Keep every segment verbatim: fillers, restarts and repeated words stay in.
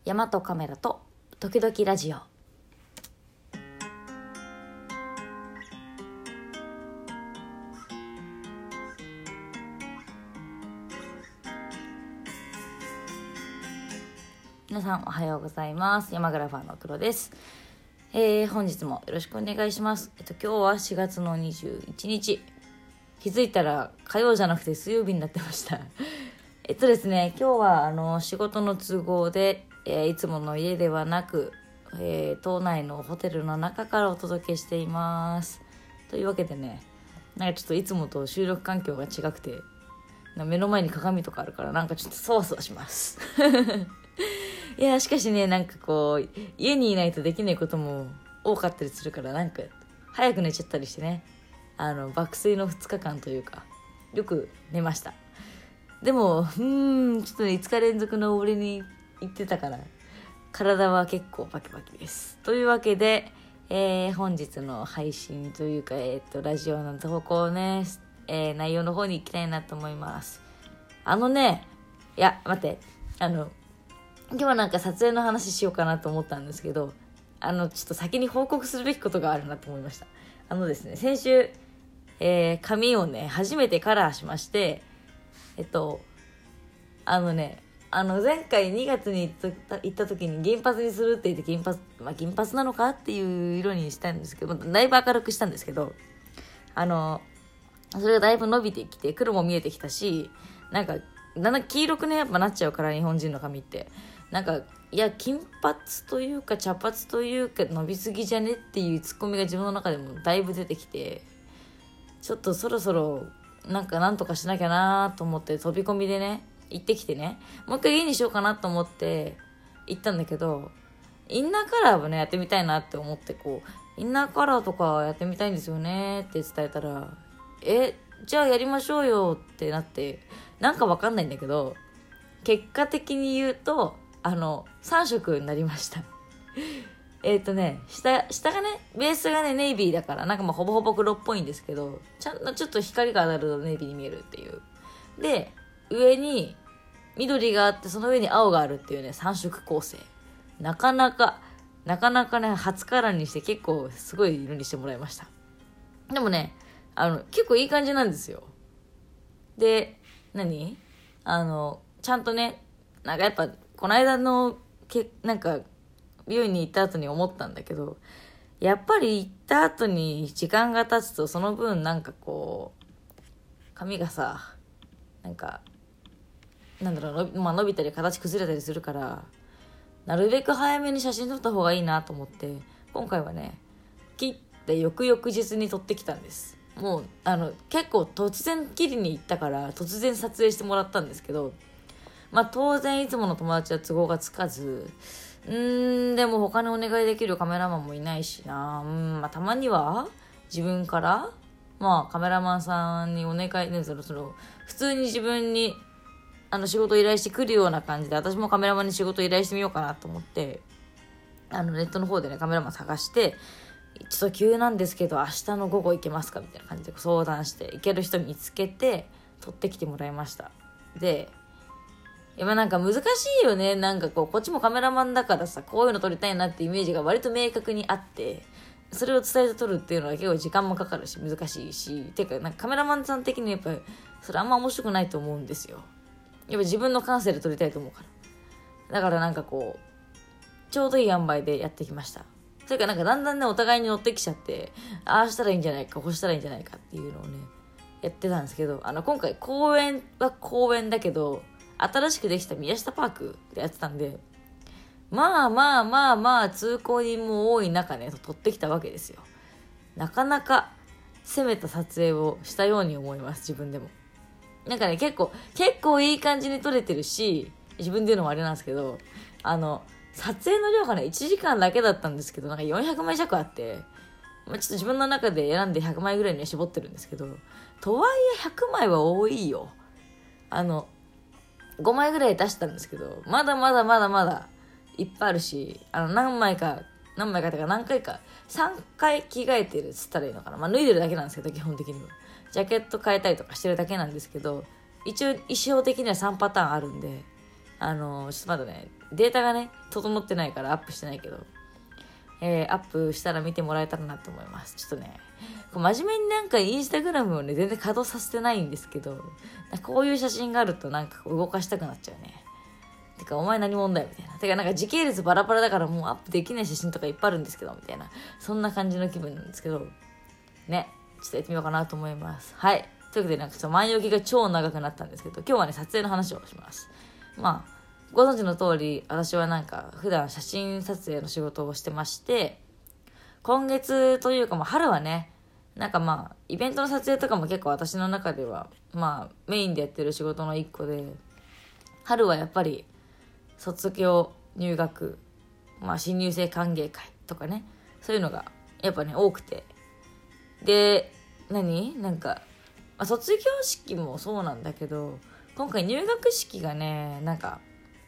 山とカメラと時々ラジオ。皆さんおはようございます。山グラファーの黒です。えー、本日もよろしくお願いします。えっと今日はしがつのにじゅういちにち、気づいたら火曜じゃなくて水曜日になってましたえっとですね今日はあの仕事の都合で、えー、いつもの家ではなく、えー、島内のホテルの中からお届けしています。というわけでね、なんかちょっといつもと収録環境が違くて、目の前に鏡とかあるからなんかちょっとそわそわしますいやしかしね、なんかこう家にいないとできないことも多かったりするから、なんか早く寝ちゃったりしてね、あの爆睡のふつかかんというかよく寝ました。でもうーんちょっとねいつか連続の俺に行ってたから体は結構バキバキです。というわけで、えー、本日の配信というか、えー、っとラジオの投稿ね、えー、内容の方に行きたいなと思います。あのねいや待ってあの今日はなんか撮影の話しようかなと思ったんですけど、あのちょっと先に報告するべきことがあるなと思いました。あのですね先週、えー、髪をね初めてカラーしまして、えっとあのねあの前回にがつに行った行った時に銀髪にするって言って銀髪、まあ、銀髪なのかっていう色にしたんですけど、だいぶ明るくしたんですけど、あのそれがだいぶ伸びてきて黒も見えてきたし、なんかだんだん黄色くねやっぱなっちゃうから、日本人の髪ってなんかいや金髪というか茶髪というか伸びすぎじゃねっていうツッコミが自分の中でもだいぶ出てきて、ちょっとそろそろなんかなんとかしなきゃなと思って飛び込みでね行ってきてね、もう一回家にしようかなと思って行ったんだけど、インナーカラーはねやってみたいなって思って、こうインナーカラーとかやってみたいんですよねって伝えたら、えじゃあやりましょうよってなって、なんかわかんないんだけど結果的に言うとあのさんしょくになりましたえっとね下下がねベースがねネイビーだからなんかまあほぼほぼ黒っぽいんですけど、ちゃんとちょっと光が当たるとネイビーに見えるっていう。で上に緑があってその上に青があるっていうねさんしょく構成、なかなかなかなかね初カラーにして結構すごい色にしてもらいました。でもねあの結構いい感じなんですよ。で何あのちゃんとねなんかやっぱこの間のけなんか美容院に行った後に思ったんだけど、やっぱり行った後に時間が経つとその分なんかこう髪がさなんかなんだろうの、まあ、伸びたり形崩れたりするから、なるべく早めに写真撮った方がいいなと思って今回はね切って翌々日に撮ってきたんです。もうあの結構突然切りに行ったから突然撮影してもらったんですけど、まあ当然いつもの友達は都合がつかず、うーんでも他にお願いできるカメラマンもいないしな、うん、まあ、たまには自分からまあカメラマンさんにお願いね、そのその普通に自分にあの仕事を依頼してくるような感じで、私もカメラマンに仕事を依頼してみようかなと思って、あのネットの方でねカメラマン探して、ちょっと急なんですけど明日の午後行けますかみたいな感じで相談して行ける人見つけて撮ってきてもらいました。でやっぱなんか難しいよね、なんかこうこっちもカメラマンだからさ、こういうの撮りたいなってイメージが割と明確にあって、それを伝えて撮るっていうのは結構時間もかかるし難しいし、てかなんかカメラマンさん的にやっぱりそれあんま面白くないと思うんですよ。やっぱ自分の感性で撮りたいと思うから。だからなんかこうちょうどいい塩梅でやってきました。それからなんかだんだんねお互いに乗ってきちゃって、ああしたらいいんじゃないかこうしたらいいんじゃないかっていうのをねやってたんですけど、あの今回公園は公園だけど新しくできた宮下パークでやってたんで、まあまあまあまあ通行人も多い中ね撮ってきたわけですよ。なかなか攻めた撮影をしたように思います。自分でもなんかね結構結構いい感じに撮れてるし、自分で言うのもあれなんですけど、あの撮影の量がねいちじかんだけだったんですけど、なんかよんひゃくまい弱あって、まあ、ちょっと自分の中で選んでひゃくまいぐらいには絞ってるんですけど、とはいえひゃくまいは多いよ。あのごまいぐらい出したんですけど、まだまだまだまだいっぱいあるし、あの何枚か何枚かとか何回かさんかい着替えてるっつったらいいのかな、まあ脱いでるだけなんですけど、基本的にはジャケット変えたりとかしてるだけなんですけど、一応衣装的にはさんパターンあるんで、 あのちょっとまだねデータがね整ってないからアップしてないけど、えー、アップしたら見てもらえたらなと思います。ちょっとねこう真面目になんかインスタグラムをね全然稼働させてないんですけど、こういう写真があるとなんか動かしたくなっちゃうね。てかお前何問題みたいな。てかなんか時系列バラバラだからもうアップできない写真とかいっぱいあるんですけどみたいな、そんな感じの気分なんですけどね、ちょっとやってみようかなと思います。はい、というわけでなんかちょっと前置きが超長くなったんですけど、今日はね撮影の話をします。まあご存知の通り私はなんか普段写真撮影の仕事をしてまして、今月というかまあ春はねなんかまあイベントの撮影とかも結構私の中ではまあメインでやってる仕事の一個で、春はやっぱり卒業入学、まあ、新入生歓迎会とかね、そういうのがやっぱね多くて、で何なんか、まあ、卒業式もそうなんだけど今回入学式がねなんか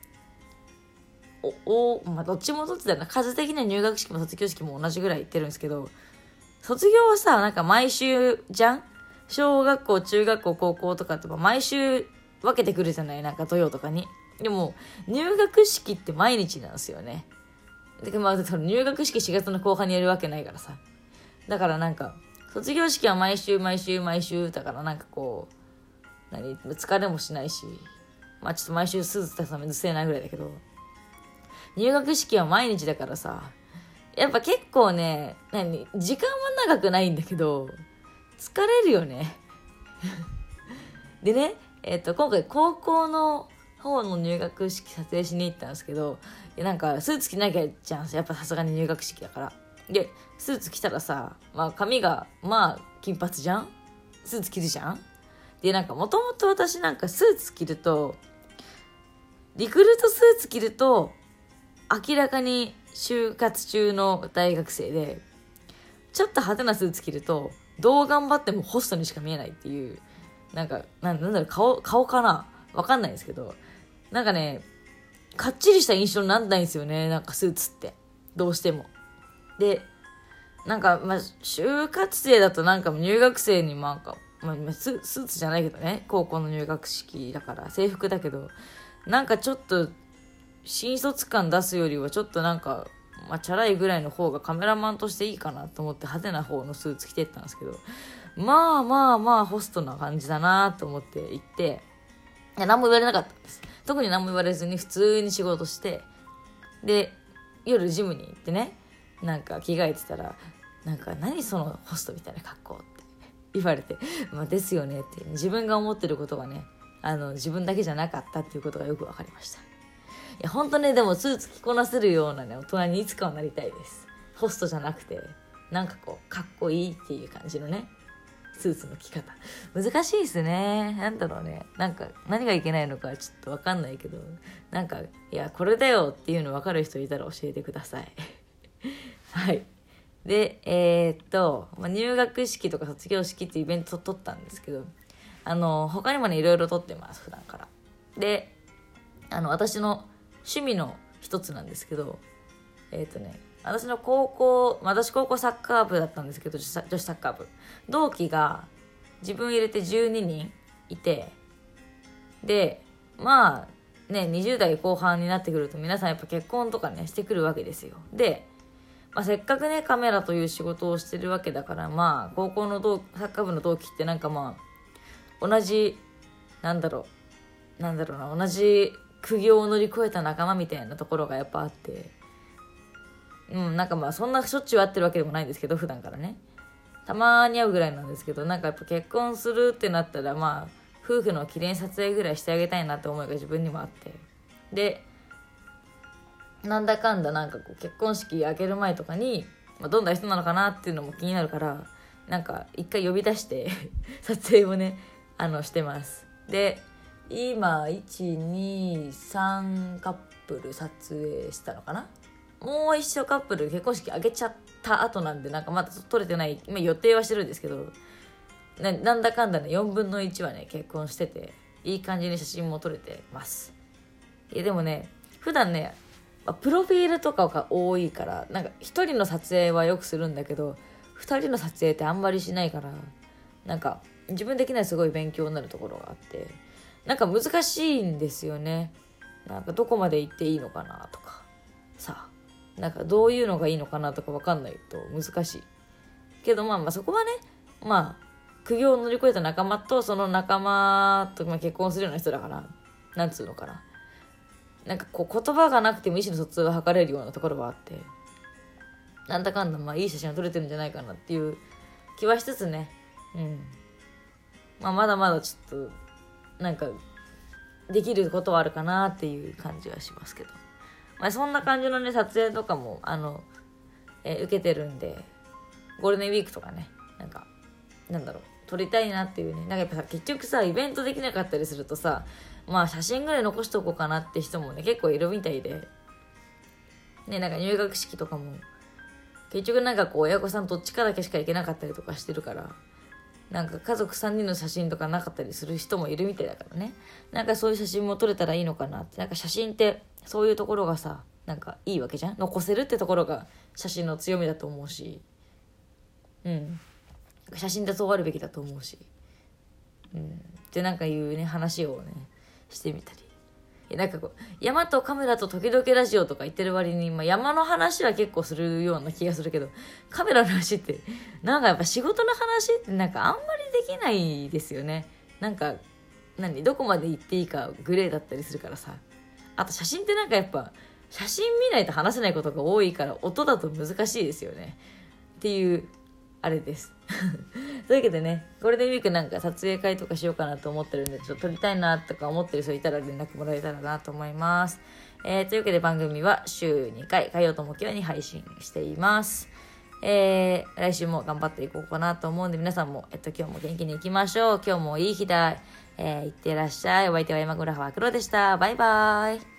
おお、まあ、どっちもどっちだよな、数的には入学式も卒業式も同じぐらい行ってるんですけど、卒業はさなんか毎週じゃん、小学校中学校高校とかって毎週分けてくるじゃない、なんか土曜とかに。でも入学式って毎日なんですよね。でまあ入学式しがつの後半にやるわけないからさ、だからなんか卒業式は毎週毎週毎週だからなんかこう何疲れもしないし、まあちょっと毎週スーツ着たらめんどくせえなぐらいだけど、入学式は毎日だからさやっぱ結構ね何時間は長くないんだけど疲れるよねでねえっと今回高校の方の入学式撮影しに行ったんですけど、なんかスーツ着なきゃじゃん、やっぱさすがに入学式だから。でスーツ着たらさ、まあ髪がまあ金髪じゃん、スーツ着るじゃん。でなんかもともと私なんかスーツ着るとリクルートスーツ着ると明らかに就活中の大学生で、ちょっと派手なスーツ着るとどう頑張ってもホストにしか見えないっていう、なんかなんだろう顔顔かなわかんないですけど、なんかねかっちりした印象になんないんですよね、なんかスーツってどうしても。でなんかまあ就活生だとなんか入学生になんか、まあ、ス, スーツじゃないけどね、高校の入学式だから制服だけど、なんかちょっと新卒感出すよりはちょっとなんか、まあ、チャラいぐらいの方がカメラマンとしていいかなと思って派手な方のスーツ着てったんですけど、まあまあまあホストな感じだなと思って行って、いや何も言われなかったんです。特に何も言われずに普通に仕事して、で夜ジムに行ってね、なんか着替えてたらなんか何そのホストみたいな格好って言われて、まあですよねって、自分が思ってることがねあの自分だけじゃなかったっていうことがよく分かりました。いや本当ねでもスーツ着こなせるようなね大人にいつかはなりたいです。ホストじゃなくてなんかこうかっこいいっていう感じのねスーツの着方難しいですね。なんだろうね、なんか何がいけないのかちょっと分かんないけど、なんかいやこれだよっていうの分かる人いたら教えてくださいはいでえー、っと、まあ、入学式とか卒業式ってイベント撮ったんですけど、あの他にもねいろいろ撮ってます普段から。であの私の趣味の一つなんですけど、えー、っとね私の高校、私高校サッカー部だったんですけど、女子サッカー部同期が自分入れてじゅうににんいて、でまあねにじゅう代後半になってくると皆さんやっぱ結婚とかねしてくるわけですよ。で、まあ、せっかくねカメラという仕事をしてるわけだから、まあ高校の同サッカー部の同期ってなんかまあ同じなんだろうなんだろうな同じ苦行を乗り越えた仲間みたいなところがやっぱあって、うん、なんかまあそんなしょっちゅう会ってるわけでもないんですけど、普段からねたまに会うぐらいなんですけど、なんかやっぱ結婚するってなったらまあ夫婦の記念撮影ぐらいしてあげたいなって思いが自分にもあって、でなんだかんだなんかこう結婚式挙げる前とかに、まあ、どんな人なのかなっていうのも気になるから、なんか一回呼び出して撮影をねあのしてます。で今いちにさんカップル撮影したのかな、もう一生カップル結婚式挙げちゃった後なんでなんかまだ撮れてない、今予定はしてるんですけど な, なんだかんだねよんぶんのいちはね結婚してて、いい感じに写真も撮れてます。いやでもね普段ねプロフィールとかが多いから、なんか一人の撮影はよくするんだけど二人の撮影ってあんまりしないから、なんか自分的にはすごい勉強になるところがあって、なんか難しいんですよね。 なんかどこまで行っていいのかなとかさ、なんかどういうのがいいのかなとか分かんないと難しいけど、まあまあそこはね、まあ苦行を乗り越えた仲間とその仲間と結婚するような人だから、なんつうのかな、なんかこう言葉がなくても意思の疎通が図れるようなところはあって、なんだかんだまあいい写真が撮れてるんじゃないかなっていう気はしつつね、うん、まあまだまだちょっとなんかできることはあるかなっていう感じはしますけど、まあそんな感じのね撮影とかもあの、えー、受けてるんで、ゴールデンウィークとかね、なんかなんだろう撮りたいなっていうね、なんかやっぱさ結局さイベントできなかったりするとさ、まあ写真ぐらい残しとこうかなって人もね結構いるみたいでね、なんか入学式とかも結局なんかこう親御さんどっちかだけしか行けなかったりとかしてるから、なんか家族さんにんの写真とかなかったりする人もいるみたいだからね、なんかそういう写真も撮れたらいいのかなって。なんか写真ってそういうところがさなんかいいわけじゃん、残せるってところが写真の強みだと思うし、うん写真でそうあるべきだと思うし、うんってなんかいうね話をねしてみたり、なんかこう山とカメラと時々ラジオとか言ってる割に、まあ、山の話は結構するような気がするけど、カメラの話ってなんかやっぱ仕事の話ってなんかあんまりできないですよね。なんか何どこまで行っていいかグレーだったりするからさ。あと写真ってなんかやっぱ写真見ないと話せないことが多いから音だと難しいですよねっていうあれですというわけでね、ゴールデンウィークなんか撮影会とかしようかなと思ってるんで、ちょっと撮りたいなとか思ってる人いたら連絡もらえたらなと思います。えー、というわけで番組は週にかい火曜と木曜に配信しています。えー、来週も頑張っていこうかなと思うんで、皆さんも、えっと、今日も元気にいきましょう。今日もいい日だ。えー、いってらっしゃい。お相手は山村ファークロでした。バイバイ。